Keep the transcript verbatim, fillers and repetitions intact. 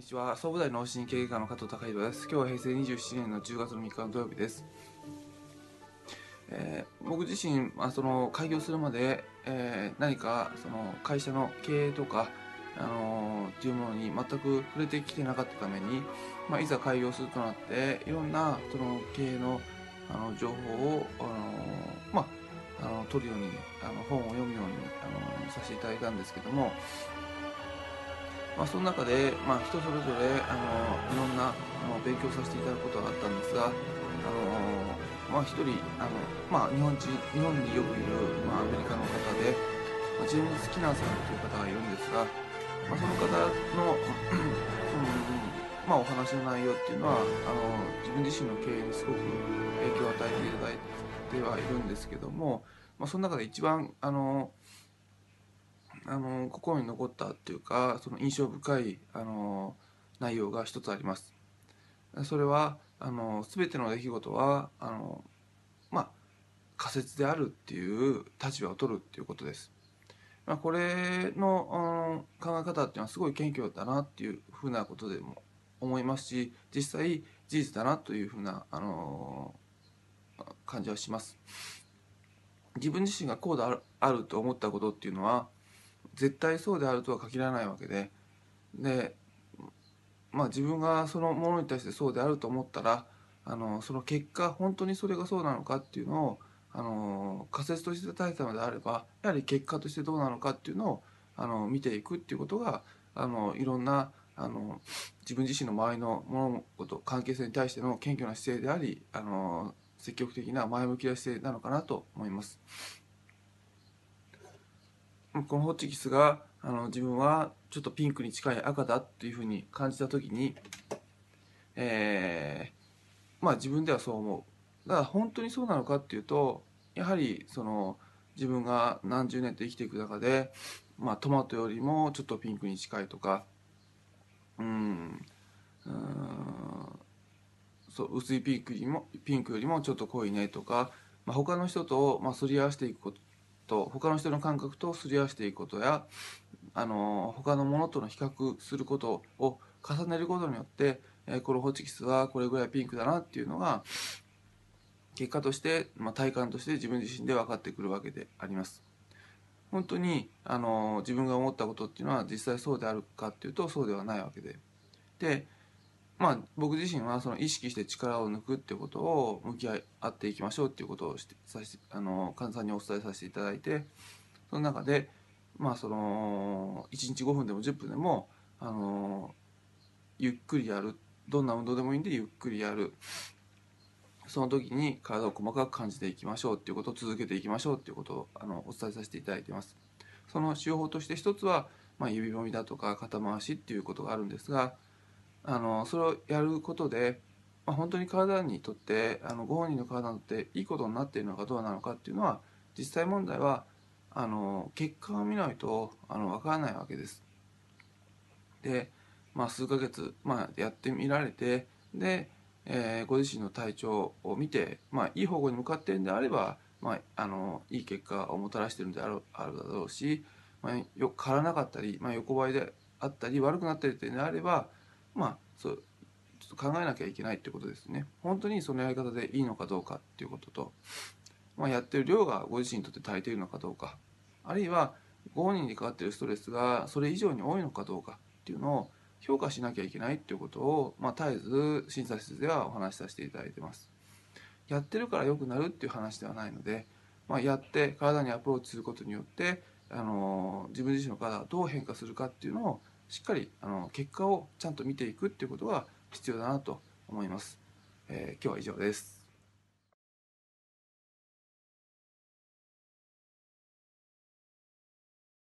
にちは。総武大脳神経外科の加藤孝弘です。今日はへいせいにじゅうななねんのじゅうがつのみっかの土曜日です。えー、僕自身、まあ、その開業するまで、えー、何かその会社の経営とか、あのー、っていうものに全く触れてきてなかったために、まあ、いざ開業するとなっていろんなその経営の、あの情報を、あのー、まあ、あの取るようにあの本を読むように、あのさせていただいたんですけども、まあ、その中で、まあ、人それぞれあのいろんなあの勉強させていただくことがあったんですが、あのまあ、一人あの、まあ、日本人日本によくいる、まあ、アメリカの方で、まあ、ジェームズ・スキナーさんという方がいるんですが、まあ、その方の、うんまあ、お話の内容っていうのはあの自分自身の経営にすごく影響を与えていただいてはいるんですけども、まあ、その中で一番あのあの心に残ったっていうか、その印象深いあの内容が一つあります。それはあの全ての出来事はあの、まあ、仮説であるっていう立場を取るっていうことです。まあ、これの、うん、考え方っていうのはすごい謙虚だなっていうふうなことでも思いますし、実際事実だなというふうな、あの感じはします。自分自身がこうである、あると思ったことっていうのは絶対そうであるとは限らないわけで、で、まあ、自分がそのものに対してそうであると思ったら、あのその結果本当にそれがそうなのかっていうのをあの仮説として立てたのであれば、やはり結果としてどうなのかっていうのをあの見ていくっていうことが、あのいろんなあの自分自身の周りの物事関係性に対しての謙虚な姿勢であり、あの積極的な前向きな姿勢なのかなと思います。このホチキスがあの自分はちょっとピンクに近い赤だっていうふうに感じた時に、えー、まあ自分ではそう思う。だから本当にそうなのかっていうと、やはりその自分が何十年と生きていく中で、まあ、トマトよりもちょっとピンクに近いとか、うんうんそう薄いピンクよりもピンクよりもちょっと濃いねとか、まあ、他の人と、まあ、すり合わせていくことと、他の人の感覚とすり合わせていくことや、あの他のものとの比較することを重ねることによって、えー、このホチキスはこれぐらいピンクだなっていうのが結果として、まあ、体感として自分自身で分かってくるわけであります。本当にあの自分が思ったことっていうのは実際そうであるかっていうとそうではないわけで、でまあ僕自身はその意識して力を抜くっていうことを向き合っていきましょうっていうことをしてさしあの患者さんにお伝えさせていただいて、その中でまあそのいちにちごふんでもじゅっぷんでもあのゆっくりやる、どんな運動でもいいんでゆっくりやる、その時に体を細かく感じていきましょうっていうことを続けていきましょうっていうことをあのお伝えさせていただいています。その手法として一つは、まあ、指もみだとか肩回しっていうことがあるんですが、あのそれをやることで、まあ、本当に体にとってあのご本人の体にとっていいことになっているのかどうなのかっていうのは実際問題はあの結果を見ないとあの分からないわけです。で、まあ、数ヶ月、まあ、やってみられて、で、えーご自身の体調を見て、まあ、いい方向に向かっているんであれば、まあ、あのいい結果をもたらしているんであるあるだろうし、まあ、よく変わらなかったり、まあ、横ばいであったり悪くなっているのであれば、まあ、そうちょっと考えなきゃいけないっていうことですね。本当にそのやり方でいいのかどうかっていうことと、まあ、やってる量がご自身にとって足りているのかどうか、あるいはご本人にかかっているストレスがそれ以上に多いのかどうかっていうのを評価しなきゃいけないっていうことを、まあ、絶えず診察室ではお話しさせていただいてます。やってるから良くなるっていう話ではないので、まあ、やって体にアプローチすることによって、あの自分自身の体がどう変化するかっていうのをしっかりあの結果をちゃんと見ていくっていうことが必要だなと思います。えー、今日は以上です。